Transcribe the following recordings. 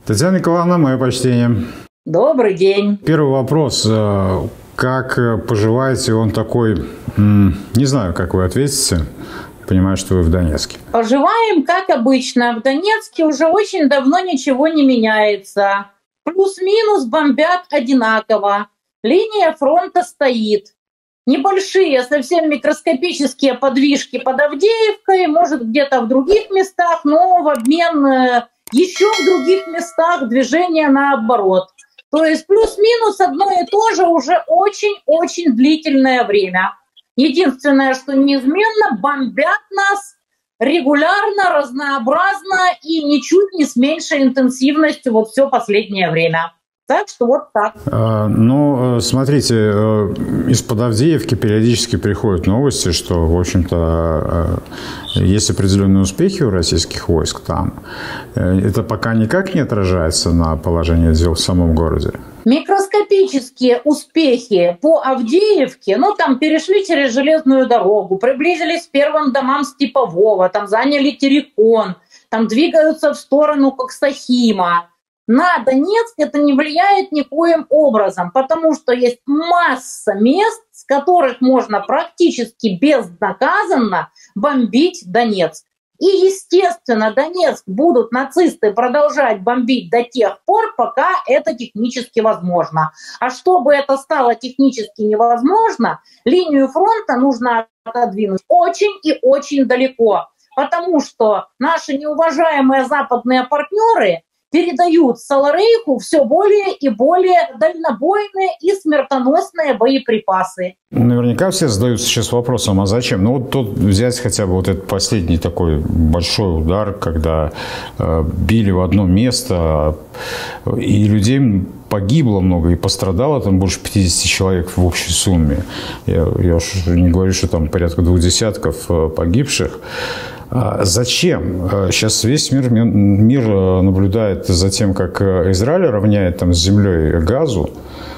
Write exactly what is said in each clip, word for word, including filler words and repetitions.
Татьяна Николаевна, мое почтение. Добрый день. Первый вопрос. Как поживаете? Он такой, не знаю, как вы ответите. Понимаю, что вы в Донецке. Поживаем, как обычно. В Донецке уже очень давно ничего не меняется. Плюс-минус бомбят одинаково. Линия фронта стоит. Небольшие, совсем микроскопические подвижки под Авдеевкой, может, где-то в других местах, но в обмен еще в других местах движение наоборот. То есть плюс-минус одно и то же уже очень-очень длительное время. Единственное, что неизменно, бомбят нас регулярно, разнообразно и ничуть не с меньшей интенсивностью вот все последнее время. Так что вот так. А, ну, смотрите, из-под Авдеевки периодически приходят новости, что, в общем-то, есть определенные успехи у российских войск там. Это пока никак не отражается на положении дел в самом городе? Микроскопические успехи по Авдеевке, ну, там перешли через железную дорогу, приблизились к первым домам Степового, там заняли Терекон, там двигаются в сторону Коксахима. На Донецк это не влияет никоим образом, потому что есть масса мест, с которых можно практически безнаказанно бомбить Донецк. И, естественно, Донецк будут нацисты продолжать бомбить до тех пор, пока это технически возможно. А чтобы это стало технически невозможно, линию фронта нужно отодвинуть очень и очень далеко, потому что наши неуважаемые западные партнеры передают Саларейху все более и более дальнобойные и смертоносные боеприпасы. Наверняка все задаются сейчас вопросом, а зачем? Ну вот тут взять хотя бы вот этот последний такой большой удар, когда э, били в одно место, и людей погибло много, и пострадало там больше пятидесяти человек в общей сумме. Я, я уж не говорю, что там порядка двух десятков э, погибших. Зачем? Сейчас весь мир, мир наблюдает за тем, как Израиль равняет там с землей газу.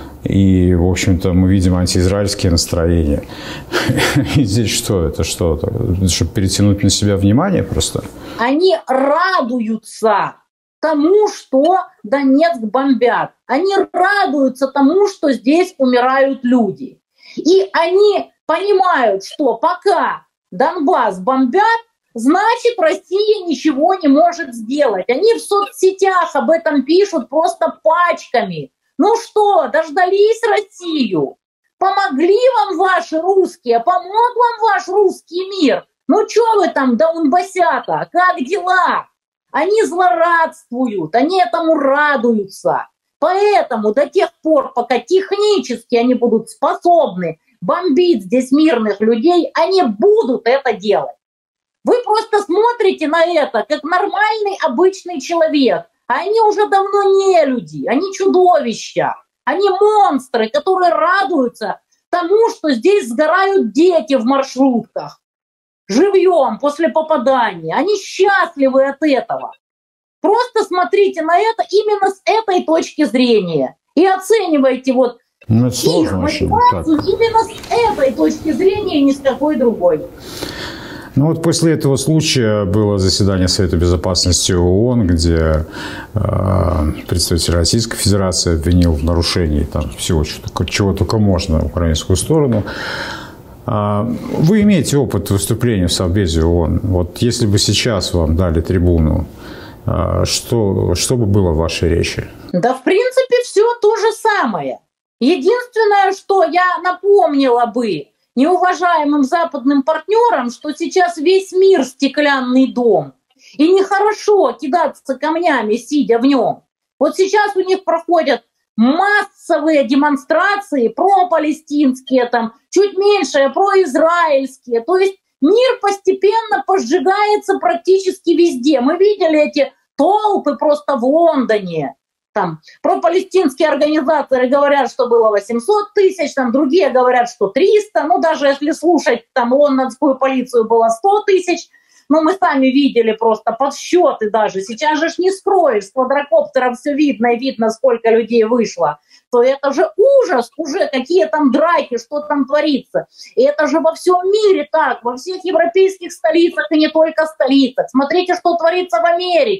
И, в общем-то, мы видим антиизраильские настроения. И здесь что? Это что? Чтобы перетянуть на себя внимание просто? Они радуются тому, что Донецк бомбят. Они радуются тому, что здесь умирают люди. И они понимают, что пока Донбасс бомбят, значит, Россия ничего не может сделать. Они в соцсетях об этом пишут просто пачками. Ну что, дождались Россию? Помогли вам ваши русские? Помог вам ваш русский мир? Ну что вы там, донбассята? Как дела? Они злорадствуют, они этому радуются. Поэтому до тех пор, пока технически они будут способны бомбить здесь мирных людей, они будут это делать. Вы просто смотрите на это, как нормальный, обычный человек. А они уже давно не люди, они чудовища. Они монстры, которые радуются тому, что здесь сгорают дети в маршрутках. Живьем после попадания. Они счастливы от этого. Просто смотрите на это именно с этой точки зрения. И оценивайте вот ну, их мотивацию именно с этой точки зрения и ни с какой другой. Ну вот после этого случая было заседание Совета Безопасности ООН, где э, представитель Российской Федерации обвинил в нарушении там, всего, чего, чего только можно, украинскую сторону. А, вы имеете опыт выступления в Совбезе ООН. Вот если бы сейчас вам дали трибуну, а, что, что бы было в вашей речи? Да, в принципе, все то же самое. Единственное, что я напомнила бы неуважаемым западным партнерам, что сейчас весь мир стеклянный дом. И нехорошо кидаться камнями, сидя в нем. Вот сейчас у них проходят массовые демонстрации пропалестинские, там, чуть меньше произраильские. То есть мир постепенно пожигается практически везде. Мы видели эти толпы просто в Лондоне. Там пропалестинские организаторы говорят, что было восемьсот тысяч, там другие говорят, что триста, ну даже если слушать там лондонскую полицию было сто тысяч, но мы сами видели просто подсчеты даже, сейчас же ж не скроешь, с квадрокоптера все видно и видно, сколько людей вышло, то это же ужас уже, какие там драки, что там творится. И это же во всем мире так, во всех европейских столицах и не только столицах. Смотрите, что творится в Америке.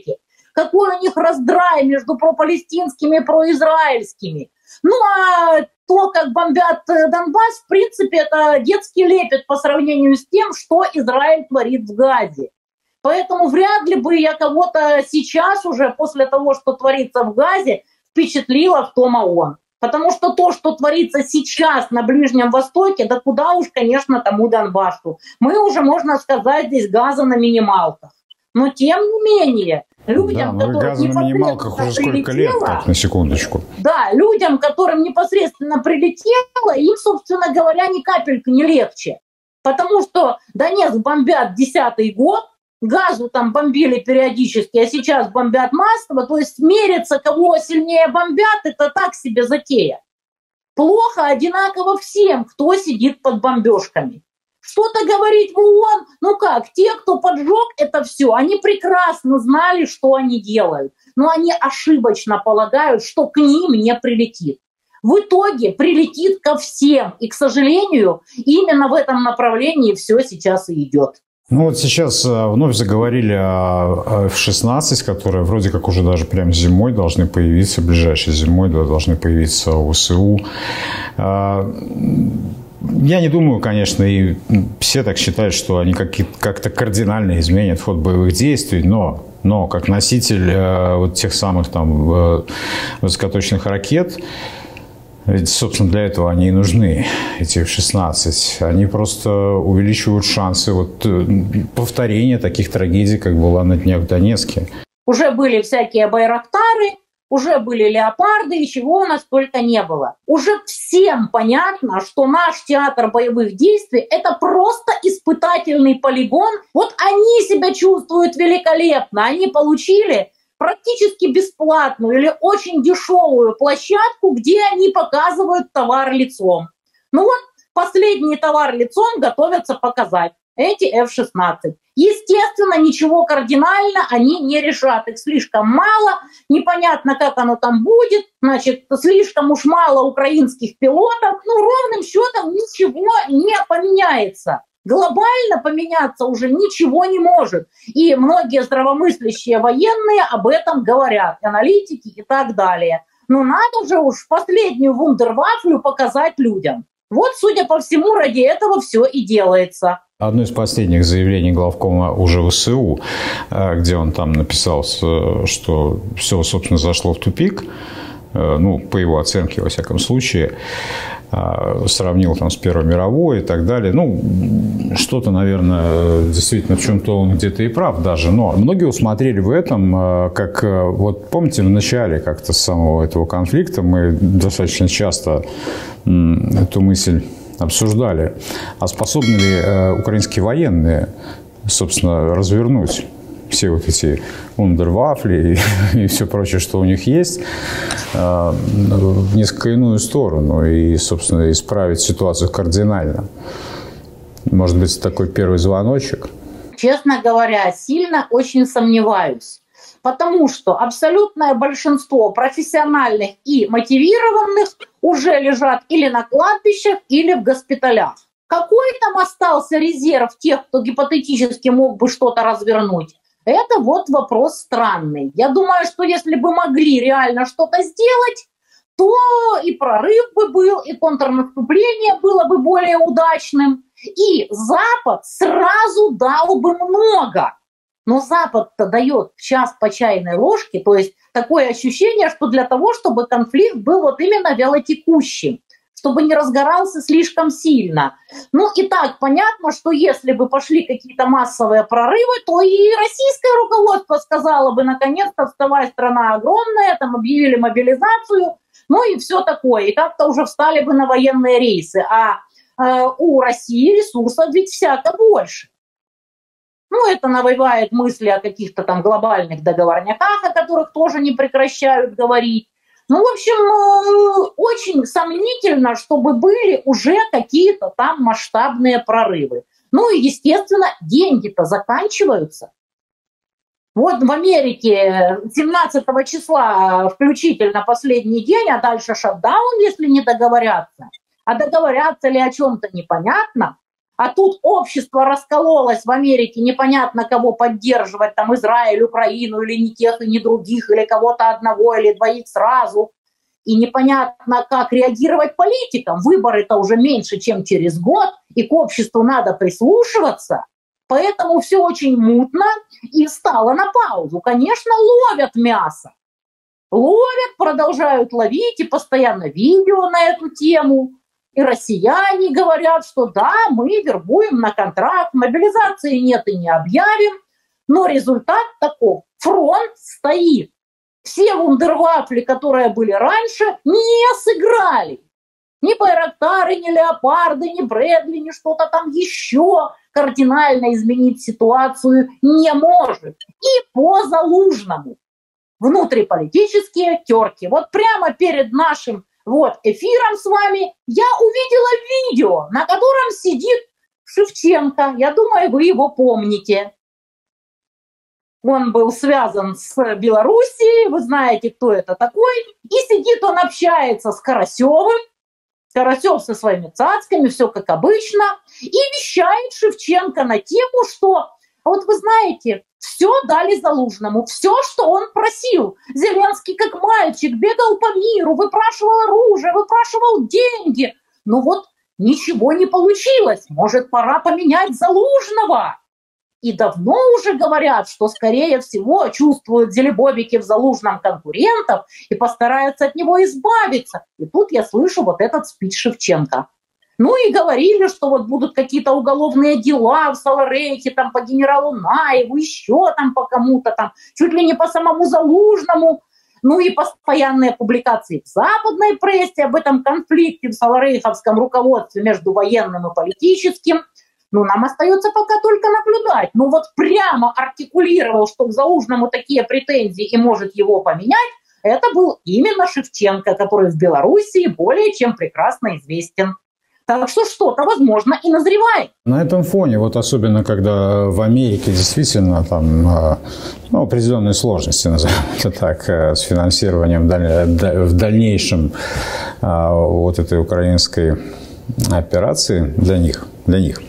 какой у них раздрай между пропалестинскими и произраильскими. Ну а то, как бомбят Донбасс, в принципе, это детский лепет по сравнению с тем, что Израиль творит в Газе. Поэтому вряд ли бы я кого-то сейчас уже, после того, что творится в Газе, впечатлила в том ООН. Потому что то, что творится сейчас на Ближнем Востоке, да куда уж, конечно, тому Донбассу. Мы уже, можно сказать, здесь газа на минималках. Но тем не менее, людям, да, которым газа на минималках уже сколько лет, так, на секундочку. Да, людям, которым непосредственно прилетело, им, собственно говоря, ни капелька не легче. Потому что Донецк бомбят десятый год, Газу там бомбили периодически, а сейчас бомбят массово. То есть мериться, кого сильнее бомбят, это так себе затея. Плохо одинаково всем, кто сидит под бомбежками. Что-то говорить в ООН, ну как, те, кто поджег это все, они прекрасно знали, что они делают. Но они ошибочно полагают, что к ним не прилетит. В итоге прилетит ко всем. И, к сожалению, именно в этом направлении все сейчас и идет. Ну вот сейчас вновь заговорили о эф шестнадцать, которые вроде как уже даже прям зимой должны появиться, ближайшей зимой да, должны появиться у ВСУ. Я не думаю, конечно, и все так считают, что они как-то кардинально изменят ход боевых действий, но, но как носитель вот тех самых там высокоточных ракет, ведь, собственно, для этого они и нужны, эти эф шестнадцать. Они просто увеличивают шансы вот повторения таких трагедий, как была на днях в Донецке. Уже были всякие байрактары, уже были леопарды, и чего у нас только не было. Уже всем понятно, что наш театр боевых действий – это просто испытательный полигон. Вот они себя чувствуют великолепно. Они получили практически бесплатную или очень дешевую площадку, где они показывают товар лицом. Ну вот, последний товар лицом готовятся показать. Эти эф шестнадцать. Естественно, ничего кардинально они не решат. Их слишком мало, непонятно, как оно там будет. Значит, слишком уж мало украинских пилотов. Ну, ровным счетом ничего не поменяется. Глобально поменяться уже ничего не может. И многие здравомыслящие военные об этом говорят, аналитики и так далее. Но надо же уж последнюю вундервафлю показать людям. Вот, судя по всему, ради этого все и делается. Одно из последних заявлений главкома уже ВСУ, где он там написал, что все, собственно, зашло в тупик, ну, по его оценке, во всяком случае, сравнил там с Первой мировой и так далее. Ну, что-то, наверное, действительно в чем-то он где-то и прав даже. Но многие усмотрели в этом, как, вот помните, в начале как-то самого этого конфликта мы достаточно часто эту мысль обсуждали. А способны ли украинские военные, собственно, развернуть все вот эти вундервафли и, и все прочее, что у них есть, в несколько иную сторону и, собственно, исправить ситуацию кардинально? Может быть, такой первый звоночек? Честно говоря, сильно очень сомневаюсь. Потому что абсолютное большинство профессиональных и мотивированных уже лежат или на кладбищах, или в госпиталях. Какой там остался резерв тех, кто гипотетически мог бы что-то развернуть? Это вот вопрос странный. Я думаю, что если бы могли реально что-то сделать, то и прорыв бы был, и контрнаступление было бы более удачным, и Запад сразу дал бы много. Но Запад-то дает в час по чайной ложке, то есть такое ощущение, что для того, чтобы конфликт был вот именно вялотекущим, чтобы не разгорался слишком сильно. Ну и так понятно, что если бы пошли какие-то массовые прорывы, то и российское руководство сказало бы, наконец-то, вставай, страна огромная, там объявили мобилизацию, ну и все такое. И как-то уже встали бы на военные рейсы. А э, у России ресурсов ведь всяко больше. Ну, это навевает мысли о каких-то там глобальных договорняках, о которых тоже не прекращают говорить. Ну, в общем, очень сомнительно, чтобы были уже какие-то там масштабные прорывы. Ну и, естественно, деньги-то заканчиваются. Вот в Америке семнадцатого числа включительно последний день, а дальше шатдаун, если не договорятся. А договорятся ли о чем-то непонятно. А тут общество раскололось в Америке, непонятно кого поддерживать, там Израиль, Украину, или не тех, и не других, или кого-то одного, или двоих сразу. И непонятно, как реагировать политикам. Выборы-то уже меньше, чем через год, и к обществу надо прислушиваться. Поэтому все очень мутно и встало на паузу. Конечно, ловят мясо. Ловят, продолжают ловить, и постоянно видео на эту тему. И россияне говорят, что да, мы вербуем на контракт, мобилизации нет и не объявим. Но результат таков. Фронт стоит. Все вундервафли, которые были раньше, не сыграли. Ни Байрактары, ни Леопарды, ни Брэдли, ни что-то там еще кардинально изменить ситуацию не может. И по Залужному. Внутриполитические терки. Вот прямо перед нашим вот эфиром с вами я увидела видео, на котором сидит Шевченко. Я думаю, вы его помните. Он был связан с Белоруссией, вы знаете, кто это такой. И сидит он, общается с Карасевым. Карасев со своими цацками, все как обычно. И вещает Шевченко на тему, что, вот вы знаете, все дали Залужному, все, что он просил. Зеленский как мальчик бегал по миру, выпрашивал оружие, выпрашивал деньги. Но вот ничего не получилось. Может, пора поменять Залужного? И давно уже говорят, что, скорее всего, чувствуют зелебобики в Залужном конкурентов и постараются от него избавиться. И тут я слышу вот этот спич Шевченко. Ну и говорили, что вот будут какие-то уголовные дела в Саларейке, там по генералу Наеву, еще там по кому-то там, чуть ли не по самому Залужному. Ну и постоянные публикации в западной прессе об этом конфликте в саларейховском руководстве между военным и политическим. Ну, нам остается пока только наблюдать. Ну, вот прямо артикулировал, что к Залужному такие претензии и может его поменять, это был именно Шевченко, который в Белоруссии более чем прекрасно известен. Так что что-то, возможно, и назревает. На этом фоне, вот особенно когда в Америке действительно там ну, определенные сложности, назовем это так, с финансированием в дальнейшем вот этой украинской операции для них, для них.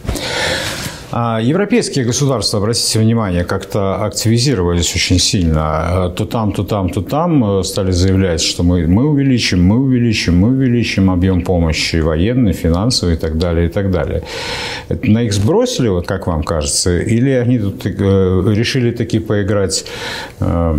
А европейские государства, обратите внимание, как-то активизировались очень сильно. То там, то там, то там стали заявлять, что мы, мы увеличим, мы увеличим, мы увеличим объем помощи военной, финансовой и так далее, и так далее. Это на их сбросили, вот как вам кажется, или они тут решили таки поиграть э,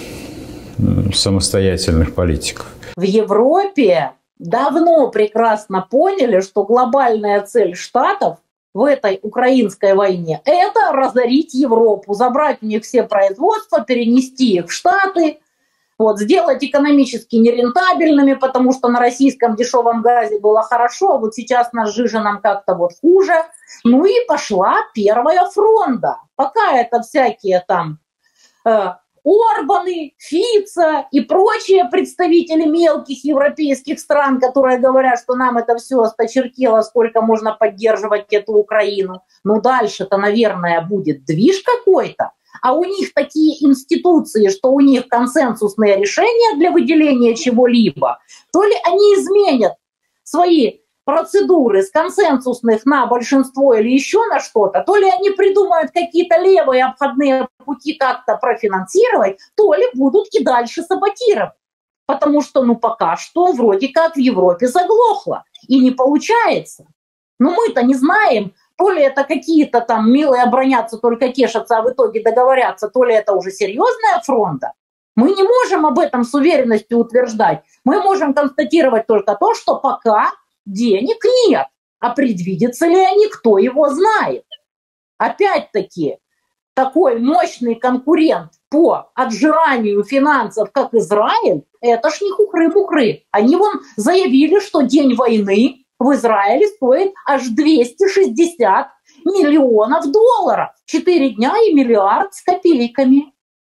самостоятельных политиков? В Европе давно прекрасно поняли, что глобальная цель Штатов в этой украинской войне – это разорить Европу, забрать у них все производства, перенести их в Штаты, вот, сделать экономически нерентабельными, потому что на российском дешевом газе было хорошо, а вот сейчас на сжиженном как-то вот хуже. Ну и пошла первая фронта. Пока это всякие там э, Орбаны, Фица и прочие представители мелких европейских стран, которые говорят, что нам это все осточертело, сколько можно поддерживать эту Украину. Ну дальше-то, наверное, будет движ какой-то. А у них такие институции, что у них консенсусные решения для выделения чего-либо. То ли они изменят свои процедуры с консенсусных на большинство или еще на что-то, то ли они придумают какие-то левые обходные пути как-то профинансировать, то ли будут и дальше саботировать. Потому что, ну, пока что вроде как в Европе заглохло. И не получается. Но мы-то не знаем, то ли это какие-то там милые бронятся, только тешатся, а в итоге договорятся, то ли это уже серьезная фронта. Мы не можем об этом с уверенностью утверждать. Мы можем констатировать только то, что пока денег нет, а предвидится ли они, кто его знает. Опять-таки, такой мощный конкурент по отжиранию финансов, как Израиль, это ж не хухры-мухры. Они вон заявили, что день войны в Израиле стоит аж двести шестьдесят миллионов долларов. Четыре дня и миллиард с копейками.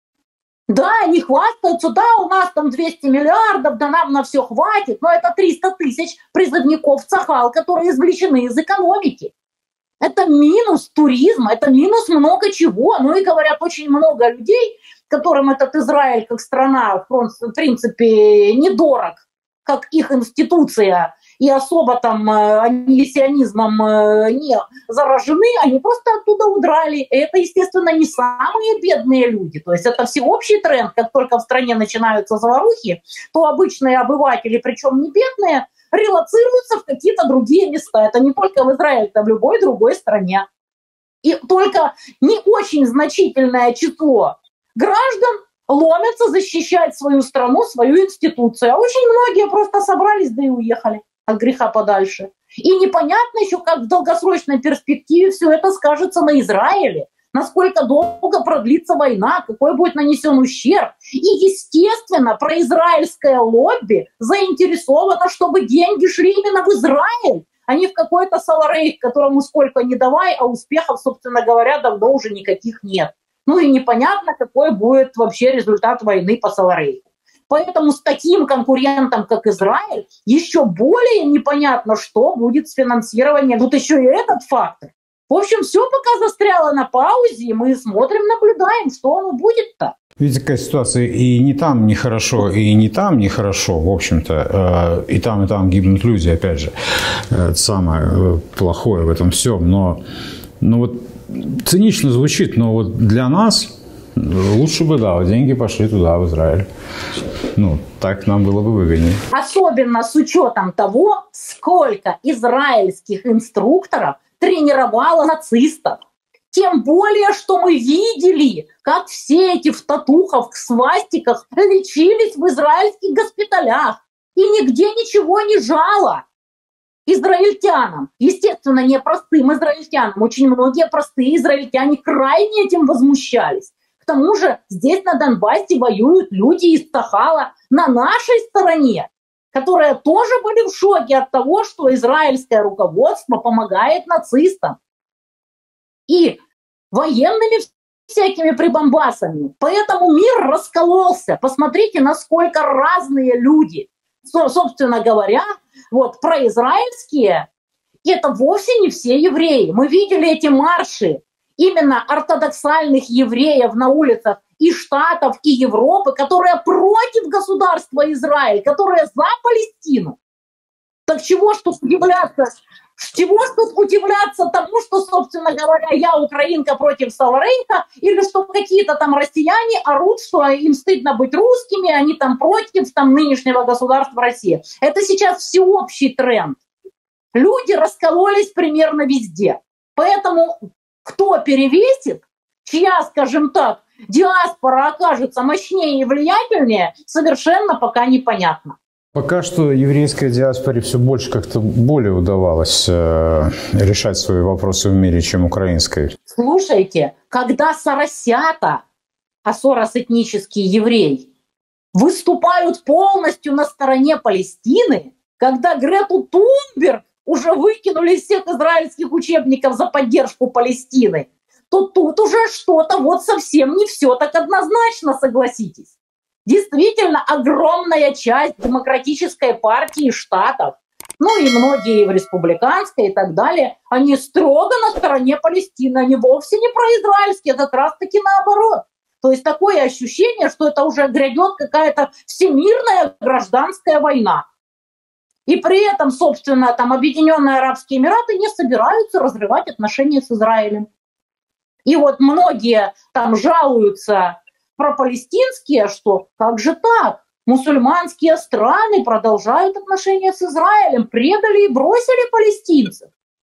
Да, они хвастаются, да, у нас там двести миллиардов, да нам на все хватит, но это триста тысяч призывников Цахал, которые извлечены из экономики. Это минус туризма, это минус много чего. Ну и говорят, очень много людей, которым этот Израиль как страна, в принципе, недорог, как их институция и особо там они сионизмом не заражены, они просто оттуда удрали. И это, естественно, не самые бедные люди. То есть это всеобщий тренд. Как только в стране начинаются заварухи, то обычные обыватели, причем не бедные, релоцируются в какие-то другие места. Это не только в Израиле, это в любой другой стране. И только не очень значительное число граждан ломятся защищать свою страну, свою институцию. А очень многие просто собрались, да и уехали от греха подальше. И непонятно еще, как в долгосрочной перспективе все это скажется на Израиле, насколько долго продлится война, какой будет нанесен ущерб. И, естественно, произраильское лобби заинтересовано, чтобы деньги шли именно в Израиль, а не в какой-то Саларейх, которому сколько не давай, а успехов, собственно говоря, давно уже никаких нет. Ну и непонятно, какой будет вообще результат войны по Саларейху. Поэтому с таким конкурентом, как Израиль, еще более непонятно, что будет с финансированием. Тут еще и этот фактор. В общем, все пока застряло на паузе, и мы смотрим, наблюдаем, что оно будет-то. Видите, какая ситуация, и не там нехорошо, и не там нехорошо, в общем-то, и там, и там гибнут люди, опять же. Это самое плохое в этом всем. Но, ну вот, цинично звучит, но вот для нас лучше бы, да, деньги пошли туда, в Израиль. Ну, так нам было бы выгоднее. Особенно с учетом того, сколько израильских инструкторов тренировало нацистов. Тем более, что мы видели, как все эти в татухах, в свастиках лечились в израильских госпиталях. И нигде ничего не жало израильтянам. Естественно, не простым израильтянам. Очень многие простые израильтяне крайне этим возмущались. К тому же здесь на Донбассе воюют люди из Тахала на нашей стороне, которые тоже были в шоке от того, что израильское руководство помогает нацистам. И военными всякими прибамбасами. Поэтому мир раскололся. Посмотрите, насколько разные люди. Собственно говоря, вот произраильские, это вовсе не все евреи. Мы видели эти марши именно ортодоксальных евреев на улицах и Штатов, и Европы, которые против государства Израиль, которые за Палестину. Так чего ж тут удивляться? Чего ж тут удивляться тому, что, собственно говоря, я украинка против Саларейха, или что какие-то там россияне орут, что им стыдно быть русскими, они там против там, нынешнего государства России. Это сейчас всеобщий тренд. Люди раскололись примерно везде. Поэтому кто перевесит, чья, скажем так, диаспора окажется мощнее и влиятельнее, совершенно пока непонятно. Пока что еврейской диаспоре все больше как-то более удавалось э, решать свои вопросы в мире, чем украинской. Слушайте, когда соросята, а сорос этнический еврей, выступают полностью на стороне Палестины, когда Грету Тунберг уже выкинули из всех израильских учебников за поддержку Палестины, то тут уже что-то вот совсем не все так однозначно, согласитесь. Действительно, огромная часть демократической партии штатов, ну и многие в республиканской и так далее, они строго на стороне Палестины, они вовсе не произраильские, это как раз-таки наоборот. То есть такое ощущение, что это уже грядет какая-то всемирная гражданская война. И при этом, собственно, там Объединенные Арабские Эмираты не собираются разрывать отношения с Израилем. И вот многие там жалуются пропалестинские, что как же так? Мусульманские страны продолжают отношения с Израилем, предали и бросили палестинцев.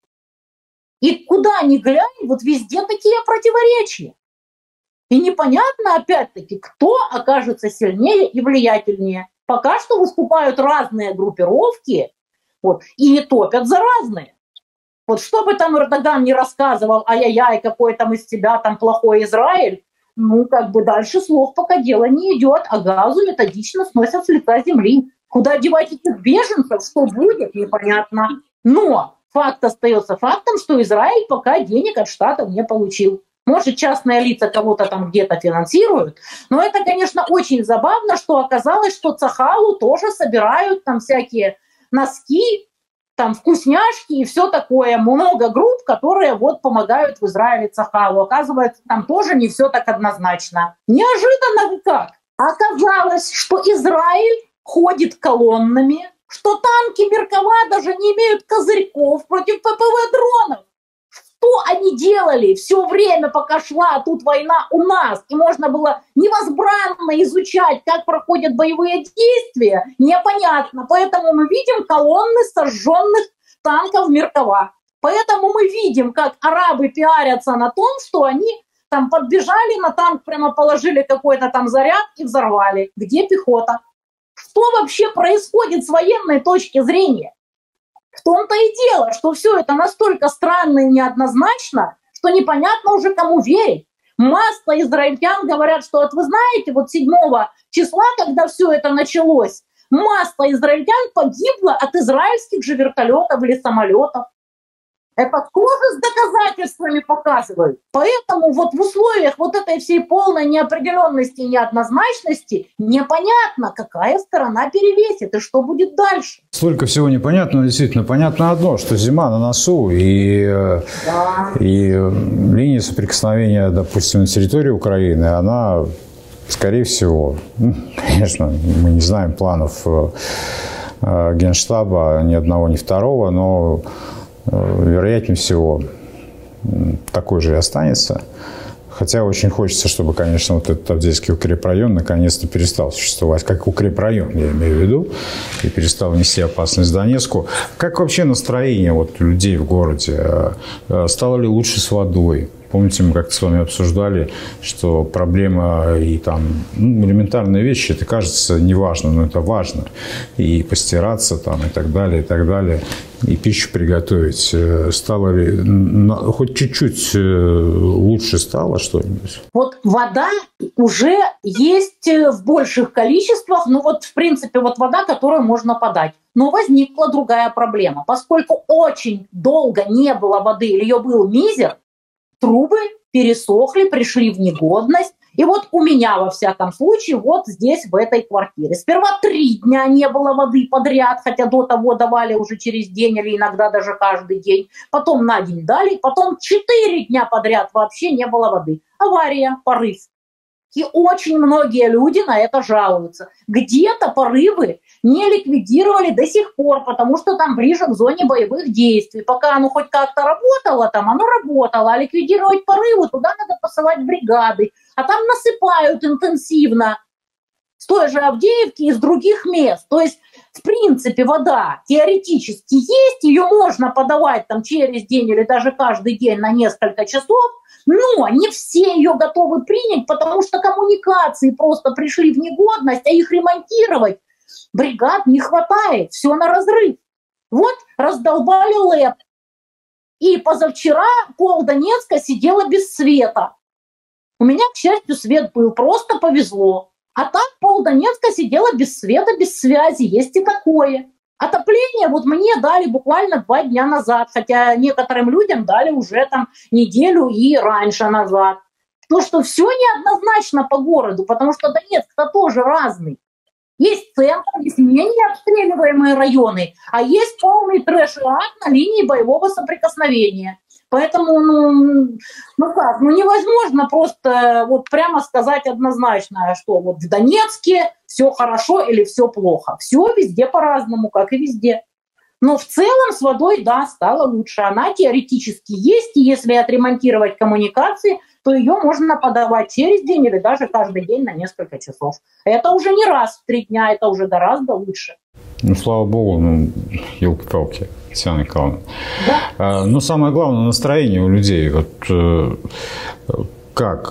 И куда ни глянь, вот везде такие противоречия. И непонятно, опять-таки, кто окажется сильнее и влиятельнее. Пока что выступают разные группировки, вот, и топят за разные. Вот что бы там Эрдоган не рассказывал, ай-яй-яй, какой там из тебя там плохой Израиль, ну, как бы дальше слов пока дело не идет, а Газу методично сносят с лица земли. Куда девать этих беженцев, что будет, непонятно. Но факт остается фактом, что Израиль пока денег от Штатов не получил. Может, частные лица кого-то там где-то финансируют, но это, конечно, очень забавно, что оказалось, что Цахалу тоже собирают там всякие носки, там вкусняшки и все такое. Много групп, которые вот помогают в Израиле Цахалу. Оказывается, там тоже не все так однозначно. Неожиданно как? Оказалось, что Израиль ходит колоннами что танки Меркава даже не имеют козырьков против ППВ-дронов. Что они делали все время, пока шла тут война у нас, и можно было невозбранно изучать, как проходят боевые действия, непонятно. Поэтому мы видим колонны сожженных танков Меркава. Поэтому мы видим, как арабы пиарятся на том, что они там подбежали на танк, прямо положили какой-то там заряд и взорвали. Где пехота? Что вообще происходит с военной точки зрения? В том-то и дело, что все это настолько странно и неоднозначно, что непонятно уже кому верить. Масса израильтян говорят, что вот вы знаете, вот седьмого числа, когда все это началось, масса израильтян погибла от израильских же вертолетов или самолетов. Это тоже с доказательствами показывают. Поэтому вот в условиях вот этой всей полной неопределенности и неоднозначности непонятно, какая сторона перевесит и что будет дальше. Столько всего непонятного. Действительно, понятно одно, что зима на носу, и, да. и линия соприкосновения, допустим, на территории Украины, она, скорее всего, ну, конечно, мы не знаем планов Генштаба ни одного, ни второго, но вероятнее всего, такой же и останется. Хотя очень хочется, чтобы, конечно, вот этот Авдеевский укрепрайон наконец-то перестал существовать как укрепрайон, я имею в виду, и перестал нести опасность Донецку. Как вообще настроение вот людей в городе? Стало ли лучше с водой? Помните, мы как-то с вами обсуждали, что проблема и там ну, элементарные вещи, это кажется неважно, но это важно. И постираться там и так далее, и так далее. И пищу приготовить. Стало ли, хоть чуть-чуть лучше стало что-нибудь? Вот вода уже есть в больших количествах, ну вот в принципе вот вода, которую можно подать. Но возникла другая проблема. Поскольку очень долго не было воды, или ее был мизер, трубы пересохли, пришли в негодность. И вот у меня, во всяком случае, вот здесь, в этой квартире. Сперва три дня не было воды подряд, хотя до того давали уже через день или иногда даже каждый день. Потом на день дали, потом четыре дня подряд вообще не было воды. Авария, порыв. И очень многие люди на это жалуются. Где-то порывы не ликвидировали до сих пор, потому что там ближе к зоне боевых действий. Пока оно хоть как-то работало, там оно работало, а ликвидировать порывы туда надо посылать бригады. А там насыпают интенсивно с той же Авдеевки и с других мест. То есть, в принципе, вода теоретически есть, ее можно подавать там через день или даже каждый день на несколько часов, но не все ее готовы принять, потому что коммуникации просто пришли в негодность, а их ремонтировать бригад не хватает, все на разрыв. Вот раздолбали ЛЭП. И позавчера пол Донецка сидела без света. У меня, к счастью, свет был, просто повезло. А так пол Донецка сидела без света, без связи, есть и такое. Отопление вот мне дали буквально два дня назад, хотя некоторым людям дали уже там неделю и раньше назад. То, что все неоднозначно по городу, потому что Донецк-то тоже разный. Есть центр, есть менее обстреливаемые районы, а есть полный трэш и ад на линии боевого соприкосновения. Поэтому, ну, ну как, ну невозможно просто вот прямо сказать однозначно, что вот в Донецке все хорошо или все плохо. Все везде по-разному, как и везде. Но в целом с водой, да, стало лучше. Она теоретически есть, и если отремонтировать коммуникации, то ее можно подавать через день или даже каждый день на несколько часов. Это уже не раз в три дня, это уже гораздо лучше. Ну, слава богу, ну, елки-палки, Татьяна Николаевна. Да. Но самое главное, настроение у людей. Вот э, как?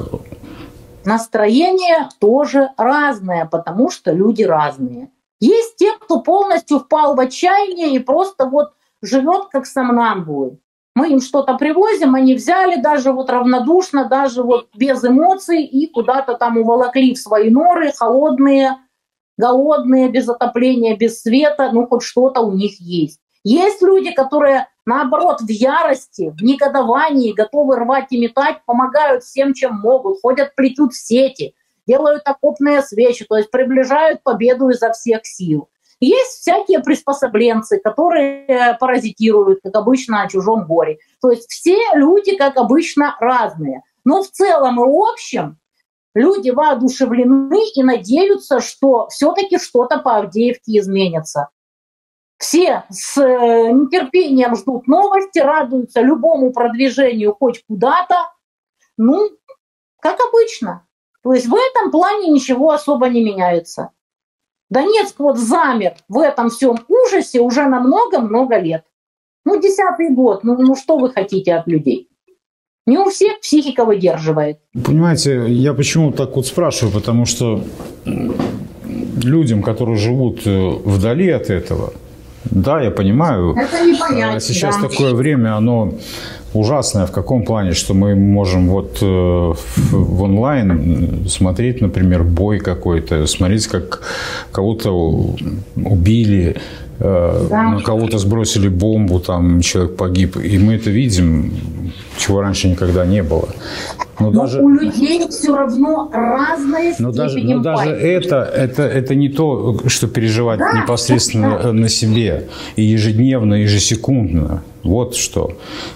Настроение тоже разное, потому что люди разные. Есть те, кто полностью впал в отчаяние и просто вот живет как сомнамбулы. Мы им что-то привозим, они взяли даже вот равнодушно, даже вот без эмоций и куда-то там уволокли в свои норы, холодные, голодные, без отопления, без света, ну хоть что-то у них есть. Есть люди, которые наоборот в ярости, в негодовании, готовы рвать и метать, помогают всем, чем могут, ходят, плетут сети, делают окопные свечи, то есть приближают победу изо всех сил. Есть всякие приспособленцы, которые паразитируют, как обычно, о чужом горе. То есть все люди, как обычно, разные. Но в целом и общем люди воодушевлены и надеются, что все-таки что-то по Авдеевке изменится. Все с нетерпением ждут новости, радуются любому продвижению хоть куда-то. Ну, как обычно. То есть в этом плане ничего особо не меняется. Донецк вот замер в этом всем ужасе уже на много-много лет. Ну, десятый год, ну, ну что вы хотите от людей? Не у всех психика выдерживает. Понимаете, я почему так вот спрашиваю, потому что людям, которые живут вдали от этого, да, я понимаю, это не понять, сейчас да. такое время, оно ужасное в каком плане, что мы можем вот в онлайн смотреть, например, бой какой-то, смотреть, как кого-то убили, да. На кого-то сбросили бомбу, там человек погиб, и мы это видим, чего раньше никогда не было. Но, но даже, у людей все равно разная но степень даже, но даже это, это, это не то, что переживать да, непосредственно да. на себе, и ежедневно, ежесекундно. Вот что.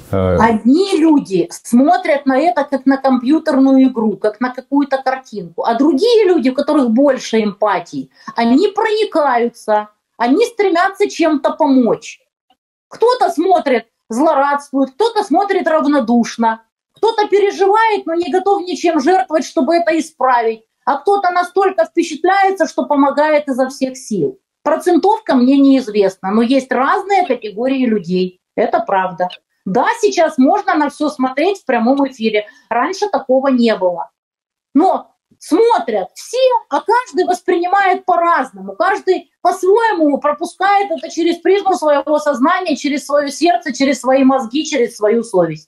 Одни люди смотрят на это как на компьютерную игру, как на какую-то картинку, а другие люди, у которых больше эмпатии, они проникаются, они стремятся чем-то помочь. Кто-то смотрит, злорадствует, кто-то смотрит равнодушно. Кто-то переживает, но не готов ничем жертвовать, чтобы это исправить. А кто-то настолько впечатляется, что помогает изо всех сил. Процентовка мне неизвестна, но есть разные категории людей. Это правда. Да, сейчас можно на все смотреть в прямом эфире. Раньше такого не было. Но смотрят все, а каждый воспринимает по-разному. Каждый по-своему пропускает это через призму своего сознания, через свое сердце, через свои мозги, через свою совесть.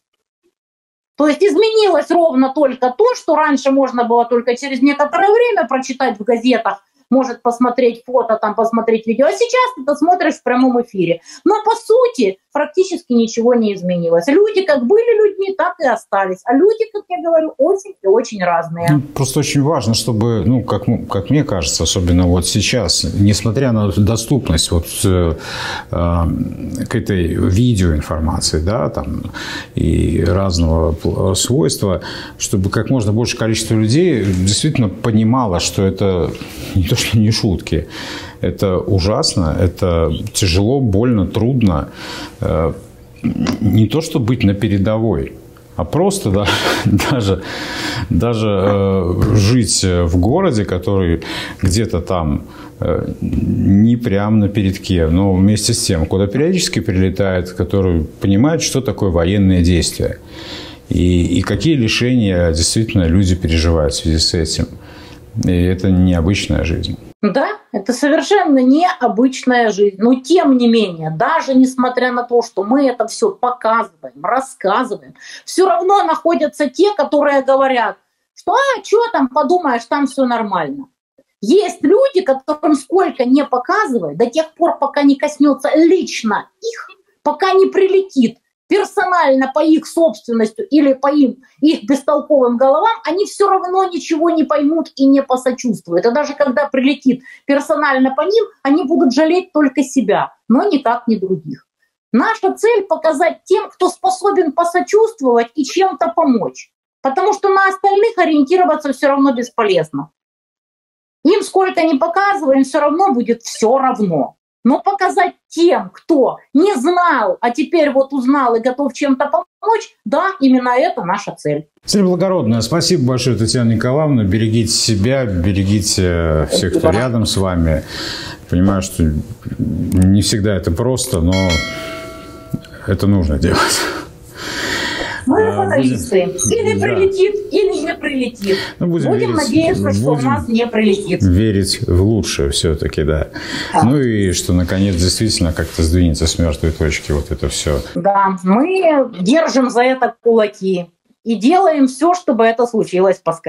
То есть изменилось ровно только то, что раньше можно было только через некоторое время прочитать в газетах, может посмотреть фото, там посмотреть видео, а сейчас ты это смотришь в прямом эфире. Но по сути практически ничего не изменилось. Люди как были людьми, так и остались. А люди, как я говорю, очень и очень разные. Ну, просто очень важно, чтобы, ну, как, как мне кажется, особенно вот сейчас, несмотря на доступность вот э, э, к этой видеоинформации, да, там, и разного свойства, чтобы как можно больше количество людей действительно понимало, что это не то, что не шутки. Это ужасно, это тяжело, больно, трудно. Не то, что быть на передовой, а просто да, даже, даже э, жить в городе, который где-то там э, не прямо на передке, но вместе с тем, куда периодически прилетает, который понимает, что такое военные действия. И, и какие лишения действительно люди переживают в связи с этим. И это необычная жизнь. Да, это совершенно необычная жизнь. Но тем не менее, даже несмотря на то, что мы это все показываем, рассказываем, все равно находятся те, которые говорят, что а, что там, подумаешь, там все нормально. Есть люди, которым сколько не показывай, до тех пор, пока не коснется лично их, пока не прилетит персонально по их собственности или по им, их бестолковым головам, они все равно ничего не поймут и не посочувствуют. И даже когда прилетит персонально по ним, они будут жалеть только себя, но никак не других. Наша цель — показать тем, кто способен посочувствовать и чем-то помочь. Потому что на остальных ориентироваться все равно бесполезно. Им сколько ни показывай, им все равно будет все равно. Но показать тем, кто не знал, а теперь вот узнал и готов чем-то помочь, да, именно это наша цель. Цель благородная. Спасибо большое, Татьяна Николаевна. Берегите себя, берегите всех, кто рядом с вами. Понимаю, что не всегда это просто, но это нужно делать. Мы фаталисты. Или да. прилетит, или не прилетит. Ну, будем будем верить, надеяться, будем что у нас не прилетит. Верить в лучшее все-таки, да. да. Ну и что, наконец, действительно как-то сдвинется с мертвой точки вот это все. Да, мы держим за это кулаки и делаем все, чтобы это случилось поскорее.